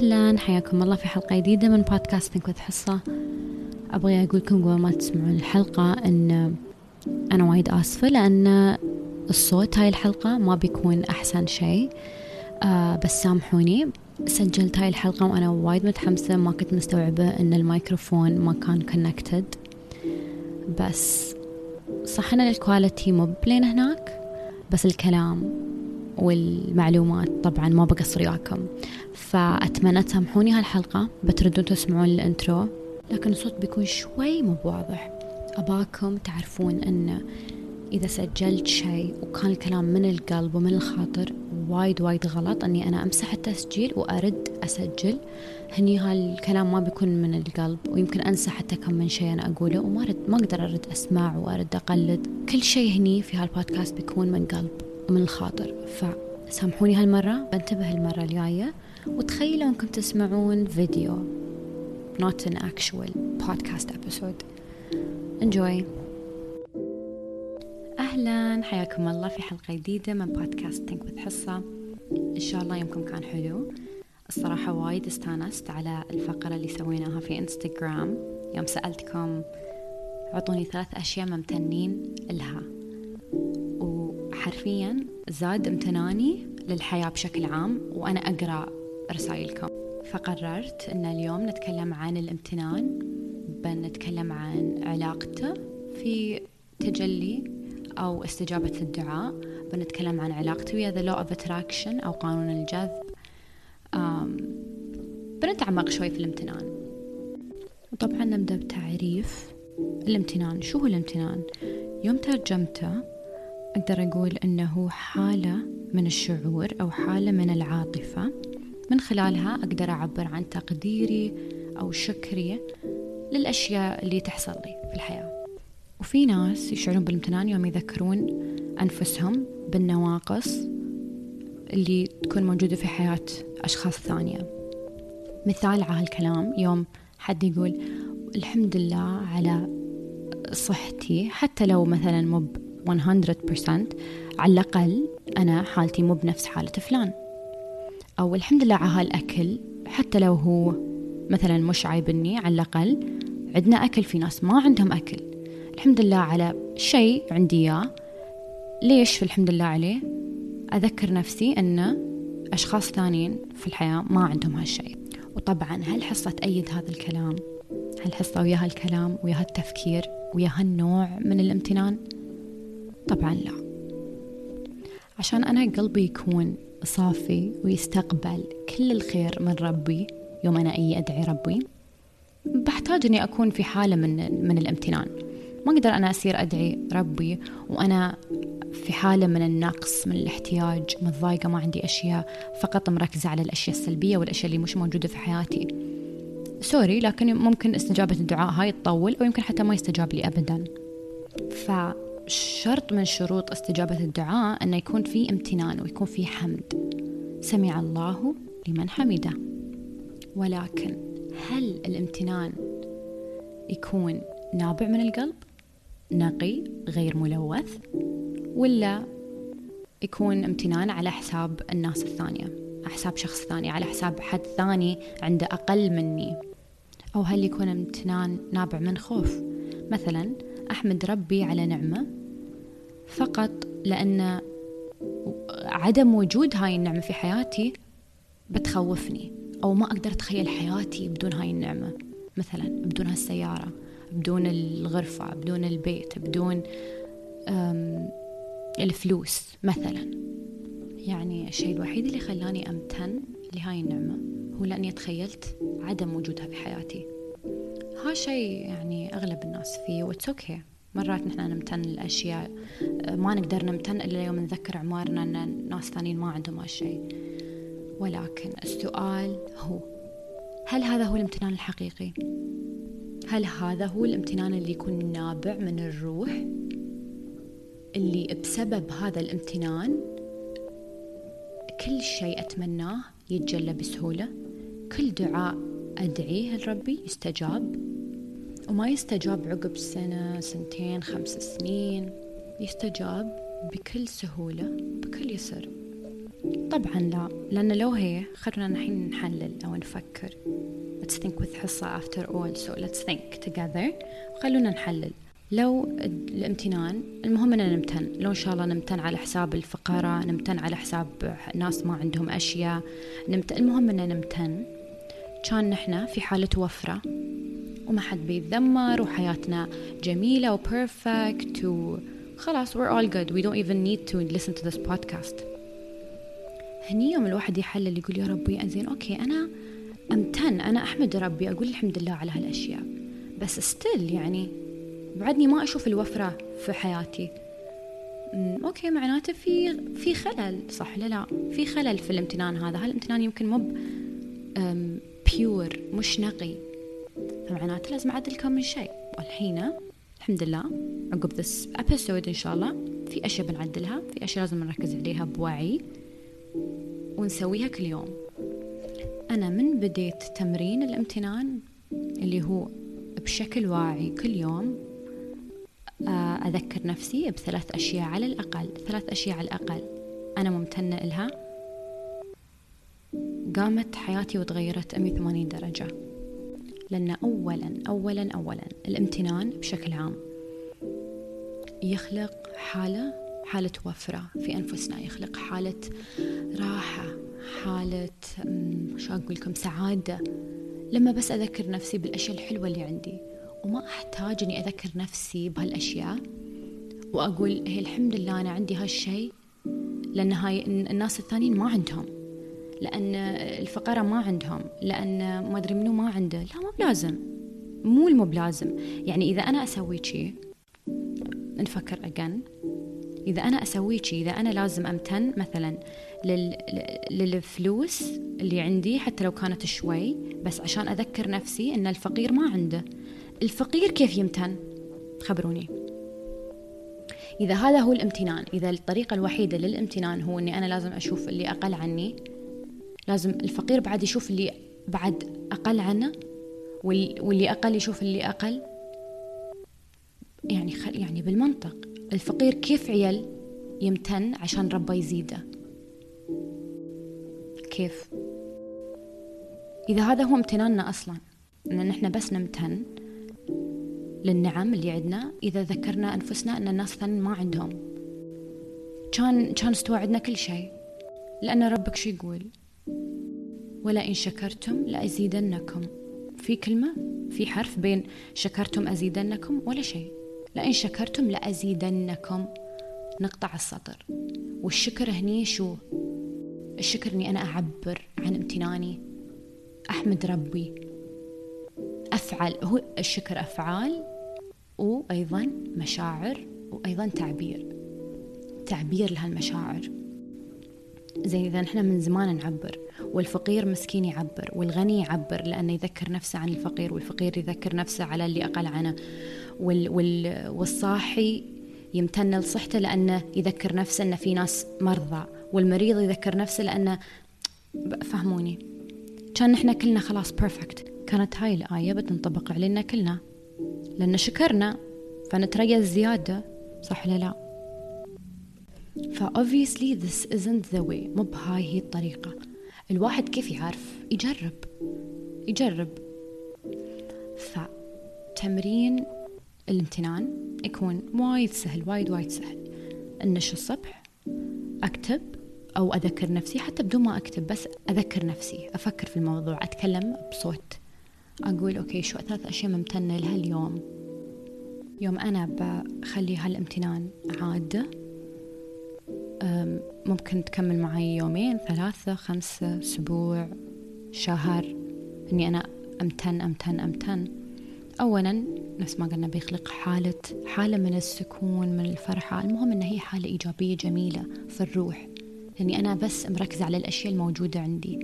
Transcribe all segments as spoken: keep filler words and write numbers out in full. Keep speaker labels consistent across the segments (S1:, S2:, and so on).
S1: أهلا، حياكم الله في حلقة جديدة من بودكاست نكوث حصة. أبغي أقولكم قبل ما تسمعون الحلقة أن أنا وايد آسفة لأن الصوت هاي الحلقة ما بيكون أحسن شيء، آه بس سامحوني. سجلت هاي الحلقة وأنا وايد متحمسة، ما كنت مستوعبة أن الميكروفون ما كان كونكتد، بس صح أن الكواليتي مو بلين هناك، بس الكلام والمعلومات طبعا ما بقصر وياكم. فأتمنى تسامحوني هالحلقة، بتردون تسمعون الانترو لكن الصوت بيكون شوي مو بواضح. أباكم تعرفون أن إذا سجلت شيء وكان الكلام من القلب ومن الخاطر وايد وايد غلط أني أنا أمسح التسجيل وأرد أسجل. هني هالكلام ما بيكون من القلب، ويمكن أنسى حتى كم من شيء أنا أقوله وما أرد ما أقدر أرد أسمع وأرد أقلد. كل شيء هني في هالبودكاست بيكون من قلب ومن الخاطر، فسامحوني هالمرة، بنتبه المرة الجاية. وتخيلوا أنكم تسمعون فيديو not an actual podcast episode. enjoy. أهلا، حياكم الله في حلقة جديدة من بودكاست نكوث حصة. إن شاء الله يومكم كان حلو. الصراحة وايد استانست على الفقرة اللي سويناها في انستغرام يوم سألتكم عطوني ثلاث أشياء ممتنين لها، وحرفيا زاد امتناني للحياة بشكل عام وأنا أقرأ رسائلكم. فقررت أن اليوم نتكلم عن الامتنان، بنتكلم عن علاقته في تجلي أو استجابة الدعاء، بنتكلم عن علاقته ويا the law of attraction أو قانون الجذب، بنتعمق شوي في الامتنان. وطبعا نبدأ بتعريف الامتنان. شو هو الامتنان؟ يوم ترجمته أقدر أقول أنه حالة من الشعور أو حالة من العاطفة من خلالها أقدر أعبر عن تقديري أو شكري للأشياء اللي تحصل لي في الحياة. وفي ناس يشعرون بالامتنان يوم يذكرون أنفسهم بالنواقص اللي تكون موجودة في حياة أشخاص ثانية. مثال على هالكلام يوم حد يقول الحمد لله على صحتي، حتى لو مثلا مو ب مية بالمية، على الأقل أنا حالتي مو بنفس حالة فلان. أو الحمد لله على هالأكل، حتى لو هو مثلا مش عايبني، على الأقل عندنا أكل، في ناس ما عندهم أكل. الحمد لله على شيء عندي إياه. ليش في الحمد لله عليه؟ أذكر نفسي أن أشخاص ثانيين في الحياة ما عندهم هالشيء. وطبعا هل حصة تأيد هذا الكلام؟ هل حصة ويا هالكلام ويا هالتفكير ويا هالنوع من الامتنان؟ طبعا لا. عشان أنا قلبي يكون صافي ويستقبل كل الخير من ربي يوم أنا أي أدعي ربي، بحتاج أني أكون في حالة من من الامتنان. ما أقدر أنا أصير أدعي ربي وأنا في حالة من النقص، من الاحتياج، متضايقة، ما عندي أشياء، فقط مركزة على الأشياء السلبية والأشياء اللي مش موجودة في حياتي. سوري، لكن ممكن استجابة الدعاء هاي تطول، أو يمكن حتى ما يستجاب لي أبدا. فشرط من شروط استجابة الدعاء أن يكون في امتنان ويكون في حمد. سمع الله لمن حمده. ولكن هل الامتنان يكون نابع من القلب، نقي غير ملوث، ولا يكون امتنان على حساب الناس الثانية، على حساب شخص ثاني، على حساب حد ثاني عنده أقل مني؟ أو هل يكون امتنان نابع من خوف؟ مثلا أحمد ربي على نعمة فقط لأن عدم وجود هاي النعمة في حياتي بتخوفني، أو ما أقدر أتخيل حياتي بدون هاي النعمة، مثلا بدون هالسيارة، بدون الغرفة، بدون البيت، بدون الفلوس مثلا. يعني الشيء الوحيد اللي خلاني أمتن لهاي النعمة هو لأني تخيلت عدم وجودها في حياتي. ها شيء يعني أغلب الناس فيه، واتس اوكي. مرات نحن نمتن للأشياء ما نقدر نمتن إلا يوم نذكر عمارنا أن ناس ثانيين ما عندهم هالشيء. ولكن السؤال هو، هل هذا هو الامتنان الحقيقي؟ هل هذا هو الامتنان اللي يكون نابع من الروح، اللي بسبب هذا الامتنان كل شيء أتمناه يتجلى بسهولة، كل دعاء أدعيه لربي يستجاب، وما يستجاب عقب سنة، سنتين، خمس سنين، يستجاب بكل سهولة، بكل يسر؟ طبعا لا، لأن لو هي خلونا نحين نحلل أو نفكر. Let's think with حصة after all, so let's think together. خلونا نحلل. لو الامتنان المهم أننا نمتن، لو إن شاء الله نمتن على حساب الفقراء، نمتن على حساب ناس ما عندهم أشياء، نمتن، المهم أننا نمتن، كان نحنا في حالة وفرة وما حد بيتذمر وحياتنا جميلة و perfect وخلاص we're all good, we don't even need to listen to this podcast. هني يوم الواحد يحلل يقول يا ربي أنزين أوكي أنا أمتن، أنا أحمد ربي، أقول الحمد لله على هالأشياء، بس still يعني بعدني ما أشوف الوفرة في حياتي. أوكي معناته في في خلل، صح لا لا في خلل في الامتنان هذا. هالامتنان يمكن مو بيور، مش نقي، فمعناته لازم أعدل من شيء. والحين الحمد لله عقب this episode إن شاء الله في أشياء بنعدلها، في أشياء لازم نركز عليها بوعي ونسويها كل يوم. أنا من بديت تمرين الامتنان اللي هو بشكل واعي كل يوم أذكر نفسي بثلاث أشياء على الأقل، ثلاث أشياء على الأقل أنا ممتنة إلها، قامت حياتي وتغيرت مية وثمانين درجة. لأن أولا أولا أولا الامتنان بشكل عام يخلق حالة حالة وفرة في أنفسنا، يخلق حالة راحة، حالة شو أقول لكم سعادة. لما بس أذكر نفسي بالأشياء الحلوة اللي عندي وما أحتاج أني أذكر نفسي بهالأشياء وأقول هي الحمد لله أنا عندي هالشيء، لأن هاي الناس الثانيين ما عندهم، لأن الفقراء ما عندهم، لأن ما أدري منو ما عنده. لا مو بلازم، مو المو بلازم. يعني إذا أنا أسوي شيء، نفكر أجن، إذا أنا أسوي شيء، إذا أنا لازم أمتن مثلا لل... للفلوس اللي عندي حتى لو كانت شوي، بس عشان أذكر نفسي أن الفقير ما عنده. الفقير كيف يمتن؟ خبروني. إذا هذا هو الامتنان، إذا الطريقة الوحيدة للامتنان هو أني أنا لازم أشوف اللي أقل عني، لازم الفقير بعد يشوف اللي بعد أقل عنه، واللي أقل يشوف اللي أقل. يعني خل... يعني بالمنطق الفقير كيف عيل يمتن عشان ربه يزيده؟ كيف؟ إذا هذا هو امتناننا أصلا، أن نحن بس نمتن للنعم اللي عندنا، إذا ذكرنا أنفسنا أن الناس الثانيين ما عندهم، كان كان استوعدنا كل شيء. لأن ربك شو يقول؟ ولا إن شكرتم لأزيدنكم. في كلمة، في حرف بين شكرتم أزيدنكم ولا شيء. لأن شكرتم لأزيدنكم، نقطع السطر. والشكر هني شو؟ الشكر إني أنا أعبر عن امتناني، أحمد ربي، أفعل. هو الشكر أفعال وأيضا مشاعر وأيضا تعبير، تعبير لهالمشاعر. زي إذا نحن من زمان نعبر، والفقير مسكين يعبر، والغني يعبر لأنه يذكر نفسه عن الفقير، والفقير يذكر نفسه على اللي أقل عنه، وال وال والصاحي يمتن لصحته لأنه يذكر نفسه أن في ناس مرضى، والمريض يذكر نفسه لأنه فهموني. كان نحن كلنا خلاص بيرفكت، كانت هاي الآية بتنطبق علينا كلنا لأن شكرنا فنتريز زيادة، صح ولا لا؟ فا obviously this isn't the way، مو بهاي هي الطريقة. الواحد كيف يعرف؟ يجرب يجرب. فتمرين الامتنان يكون وايد سهل، وايد وايد سهل. أنش الصبح أكتب أو أذكر نفسي، حتى بدون ما أكتب، بس أذكر نفسي، أفكر في الموضوع، أتكلم بصوت، أقول أوكي شو ثلاث أشياء ممتنة لها اليوم. يوم أنا بخلي هالامتنان عادة، ممكن تكمل معي يومين، ثلاثة، خمسة، أسبوع، شهر، أني أنا أمتن أمتن أمتن. أولا نفس ما قلنا بيخلق حالة حالة من السكون، من الفرحة. المهم أن هي حالة إيجابية جميلة في الروح، لأني أنا بس مركزة على الأشياء الموجودة عندي.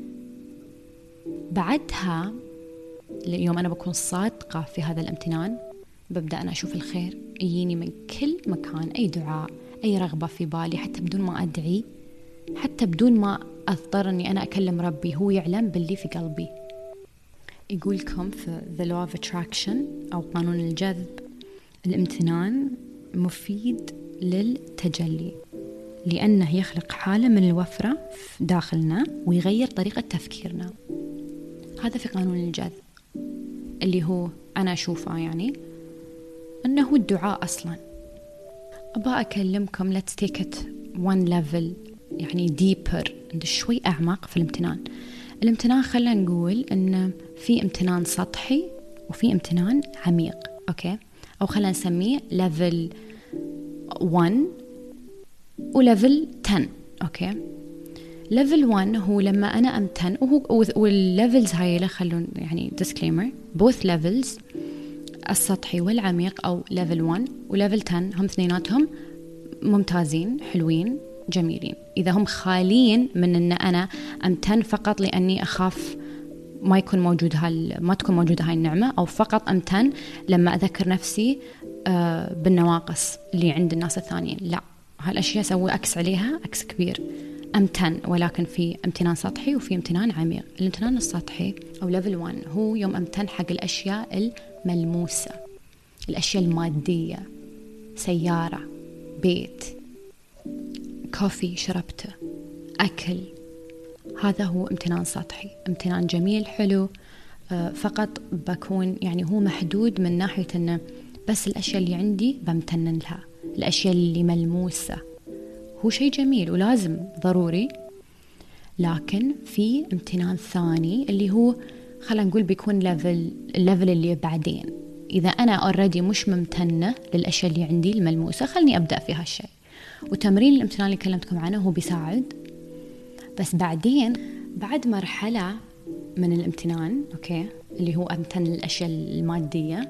S1: بعدها اليوم أنا بكون صادقة في هذا الامتنان، ببدأ أنا أشوف الخير يجيني من كل مكان، أي دعاء، أي رغبة في بالي، حتى بدون ما أدعي، حتى بدون ما أضطر أني أنا أكلم ربي، هو يعلم باللي في قلبي. يقولكم في The Law of Attraction أو قانون الجذب، الامتنان مفيد للتجلي. لأنه يخلق حالة من الوفرة داخلنا ويغير طريقة تفكيرنا. هذا في قانون الجذب اللي هو أنا أشوفه يعني أنه هو الدعاء أصلا. أبغى أكلمكم let's take it one level يعني deeper، شوي أعمق في الامتنان. الامتنان خلينا نقول أن في امتنان سطحي وفي امتنان عميق، أوكي؟ أو خلينا نسميه level one وليفل عشرة، أوكي؟ level one هو لما أنا أمتن، وهو والليفلز هاي له خلون يعني disclaimer both levels السطحي والعميق أو level one و level عشرة هم اثنيناتهم ممتازين حلوين جميلين إذا هم خاليين من أن أنا أمتن فقط لأني أخاف ما يكون موجود هال ما تكون موجودة هاي النعمة، أو فقط أمتن لما أذكر نفسي آه بالنواقص اللي عند الناس الثانيين. لا، هالأشياء سوي أكس عليها أكس كبير. أمتن، ولكن في امتنان سطحي وفي امتنان عميق. الامتنان السطحي أو level one هو يوم أمتن حق الأشياء الملموسة، الأشياء المادية، سيارة، بيت، كوفي شربته، أكل. هذا هو امتنان سطحي، امتنان جميل حلو، فقط بكون يعني هو محدود من ناحية أنه بس الأشياء اللي عندي بمتنن لها. الأشياء اللي ملموسة هو شيء جميل ولازم ضروري. لكن في امتنان ثاني اللي هو خلينا نقول بيكون ليفل الليفل اللي بعدين. إذا أنا أوريدي مش ممتنة للأشياء اللي عندي الملموسة، خلني أبدأ في هالشيء. وتمرين الامتنان اللي كلمتكم عنه هو بيساعد. بس بعدين بعد مرحلة من الامتنان، أوكي، اللي هو أمتن للأشياء المادية،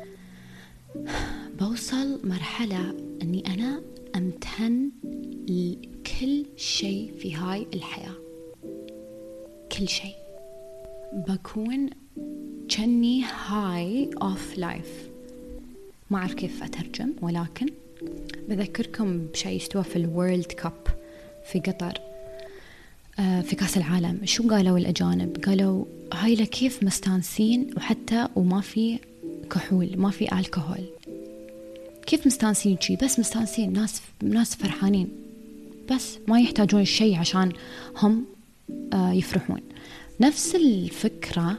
S1: بوصل مرحلة أني أنا أمتن لكل شيء في هاي الحياة. كل شيء بكون كأني هاي أوف لايف. ما أعرف كيف أترجم، ولكن بذكركم بشيء استوى في الورلد كاب في قطر آه في كأس العالم. شو قالوا الأجانب؟ قالوا هاي لكيف مستانسين وحتى وما في كحول، ما في الكحول، كيف مستانسين شي؟ بس مستانسين، ناس ناس فرحانين، بس ما يحتاجون الشيء عشان هم آه يفرحون. نفس الفكرة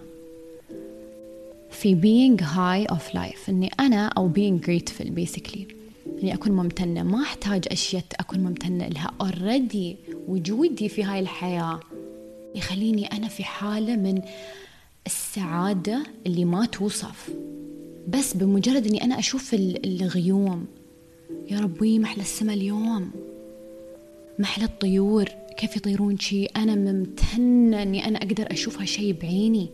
S1: في being high of life، إني أنا أو being grateful basically، إني أكون ممتنة، ما أحتاج أشياء أكون ممتنة لها. already وجودي في هاي الحياة يخليني أنا في حالة من السعادة اللي ما توصف. بس بمجرد أني أنا أشوف الغيوم، يا ربي محلى السماء اليوم، محلى الطيور كيف يطيرون شي، أنا ممتنة أني أنا أقدر أشوف هالشي بعيني.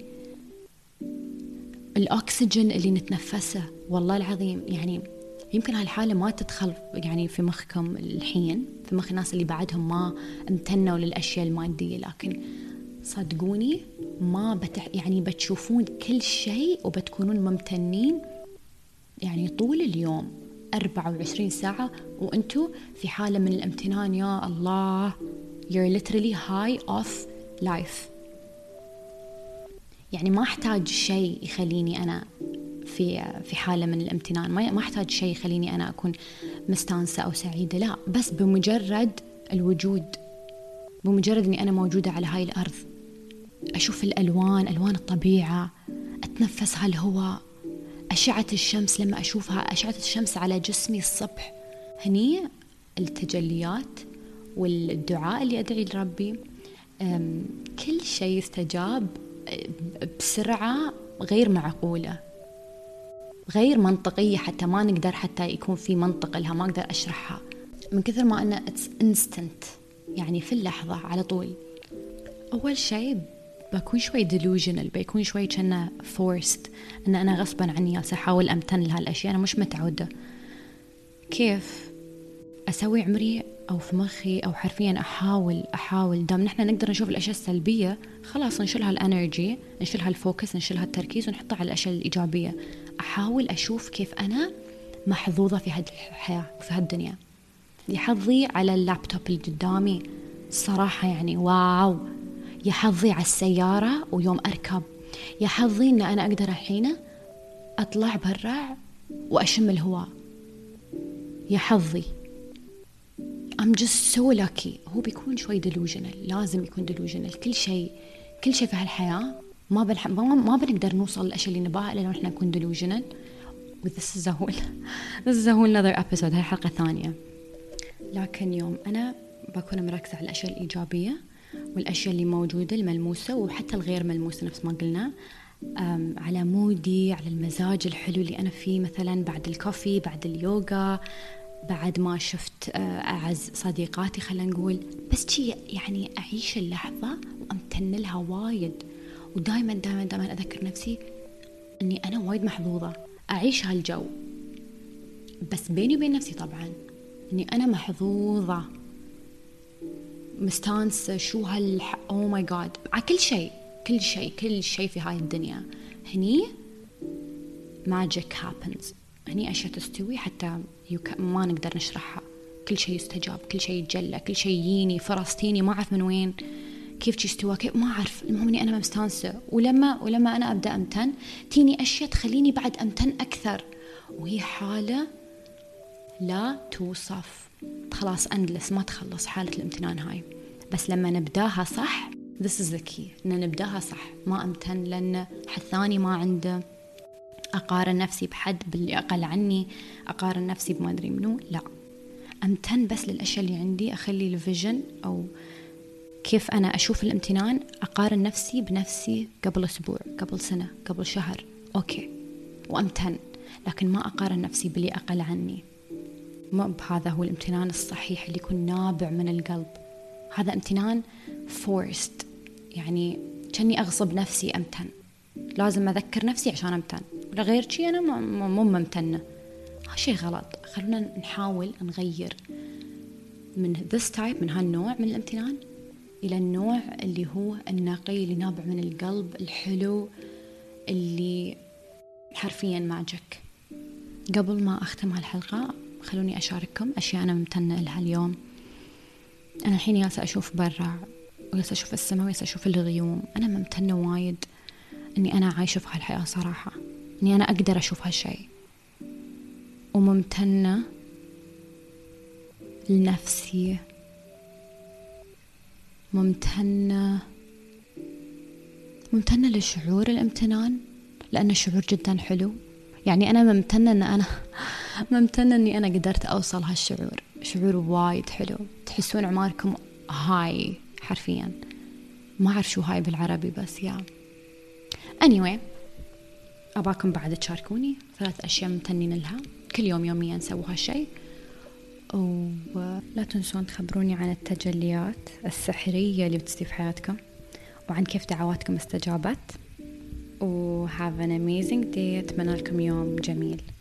S1: الأكسجين اللي نتنفسه، والله العظيم يعني يمكن هالحالة ما تدخل يعني في مخكم الحين، في مخ الناس اللي بعدهم ما امتنوا للأشياء المادية، لكن صدقوني ما بتح يعني بتشوفون كل شيء وبتكونون ممتنين يعني طول اليوم أربعة وعشرين ساعة وأنتوا في حالة من الامتنان. يا الله، you're literally high of life. يعني ما أحتاج شيء يخليني أنا في في حالة من الامتنان، ما ما أحتاج شيء يخليني أنا أكون مستانسة أو سعيدة، لا، بس بمجرد الوجود، بمجرد أني أنا موجودة على هاي الأرض، أشوف الألوان، ألوان الطبيعة، أتنفس هالهواء، أشعة الشمس لما أشوفها، أشعة الشمس على جسمي الصبح، هني التجليات والدعاء اللي أدعي لربي، كل شيء يستجاب بسرعة غير معقولة، غير منطقية، حتى ما نقدر حتى يكون في منطق لها، ما أقدر أشرحها من كثر ما أنه it's instant، يعني في اللحظة على طول. أول شيء بكون شوي delusional، بيكون شوي كأنه forced، أن أنا غصبا عني أحاول أمتن لها الأشياء أنا مش متعودة. كيف أسوي عمري أو في مخي أو حرفيا أحاول أحاول دام نحن نقدر نشوف الأشياء السلبية، خلاص نشيلها الانرجي، نشيلها الفوكس، نشيلها التركيز ونحطها على الأشياء الإيجابية. أحاول أشوف كيف أنا محظوظة في هذه الحياة وفي هالدنيا. يا حظي على اللابتوب اللي قدامي الصراحة، يعني واو، يا حظي على السيارة ويوم أركب، يا حظي إن أنا أقدر الحين أطلع برا وأشم الهواء، يا حظي I'm just so lucky. هو بيكون شوي delusional، لازم يكون delusional. كل شيء كل شيء في هالحياة ما بنح... ما ما بنقدر نوصل للأشياء اللي نبغاها إلا لو إحنا نكون delusional. This is a whole this is a whole another episode. هاي حلقة ثانية. لكن يوم أنا بكون مركزة على الأشياء الإيجابية والأشياء اللي موجودة الملموسة وحتى الغير ملموسة نفس ما قلنا، على مودي، على المزاج الحلو اللي أنا فيه، مثلا بعد الكوفي، بعد اليوغا، بعد ما شفت أعز صديقاتي خلينا نقول، بس شي يعني أعيش اللحظة وأمتن لها وايد. ودائما دائما دائما أذكر نفسي أني أنا وايد محظوظة أعيش هالجو، بس بيني وبين نفسي طبعا أني أنا محظوظة مستانسة. شو هالح أوه ماي جاد على كل شيء كل شيء كل شيء في هاي الدنيا. هني magic happens، هني أشياء تستوي حتى يك... ما نقدر نشرحها. كل شيء يستجاب، كل شيء يتجلى، كل شيء يجيني فرص تيني ما أعرف من وين، كيف تستوى، كيف ما أعرف. المهم إني أنا مستانسة، ولما ولما أنا أبدأ أمتن تيني أشياء تخليني بعد أمتن أكثر، وهي حالة لا توصف. خلاص أندلس ما تخلص حالة الامتنان هاي. بس لما نبداها صح، this is the key، إن نبداها صح. ما أمتن لأن حد ثاني ما عنده، أقارن نفسي بحد باللي أقل عني، أقارن نفسي بما أدري منو، لا. أمتن بس للأشياء اللي عندي، أخلي الفيجن أو كيف أنا أشوف الامتنان، أقارن نفسي بنفسي قبل أسبوع، قبل سنة، قبل شهر، أوكي، وأمتن. لكن ما أقارن نفسي باللي أقل عني. ما بهذا هو الامتنان الصحيح اللي يكون نابع من القلب. هذا امتنان forced، يعني كأني أغصب نفسي أمتن، لازم أذكر نفسي عشان أمتن، ولا غير شيء أنا مو ممتنة. هالشيء غلط. خلونا نحاول نغير من this type، من هالنوع من الامتنان، إلى النوع اللي هو النقي اللي نابع من القلب الحلو اللي حرفيا ماجيك. قبل ما أختم هالحلقة خلوني أشارككم أشياء أنا ممتنة لها اليوم. أنا الحين ياسا أشوف برا، وياسا أشوف السماء، وياسا أشوف الغيوم. أنا ممتنة وايد أني أنا عايشة في هالحياة صراحة، أني أنا أقدر أشوف هالشيء. وممتنة لنفسي، ممتنة ممتنة لشعور الامتنان، لأنه شعور جدا حلو. يعني أنا ممتنة أن أنا ممتنة أني أنا قدرت أوصل هالشعور. شعور وايد حلو، تحسون عماركم هاي حرفيا. ما أعرف شو هاي بالعربي، بس يا anyway أباكم بعد تشاركوني ثلاث أشياء ممتنين لها كل يوم يوميا سووا هالشيء. ولا تنسون تخبروني عن التجليات السحرية اللي بتصير في حياتكم، وعن كيف دعواتكم استجابت. و have an amazing day. أتمنى لكم يوم جميل.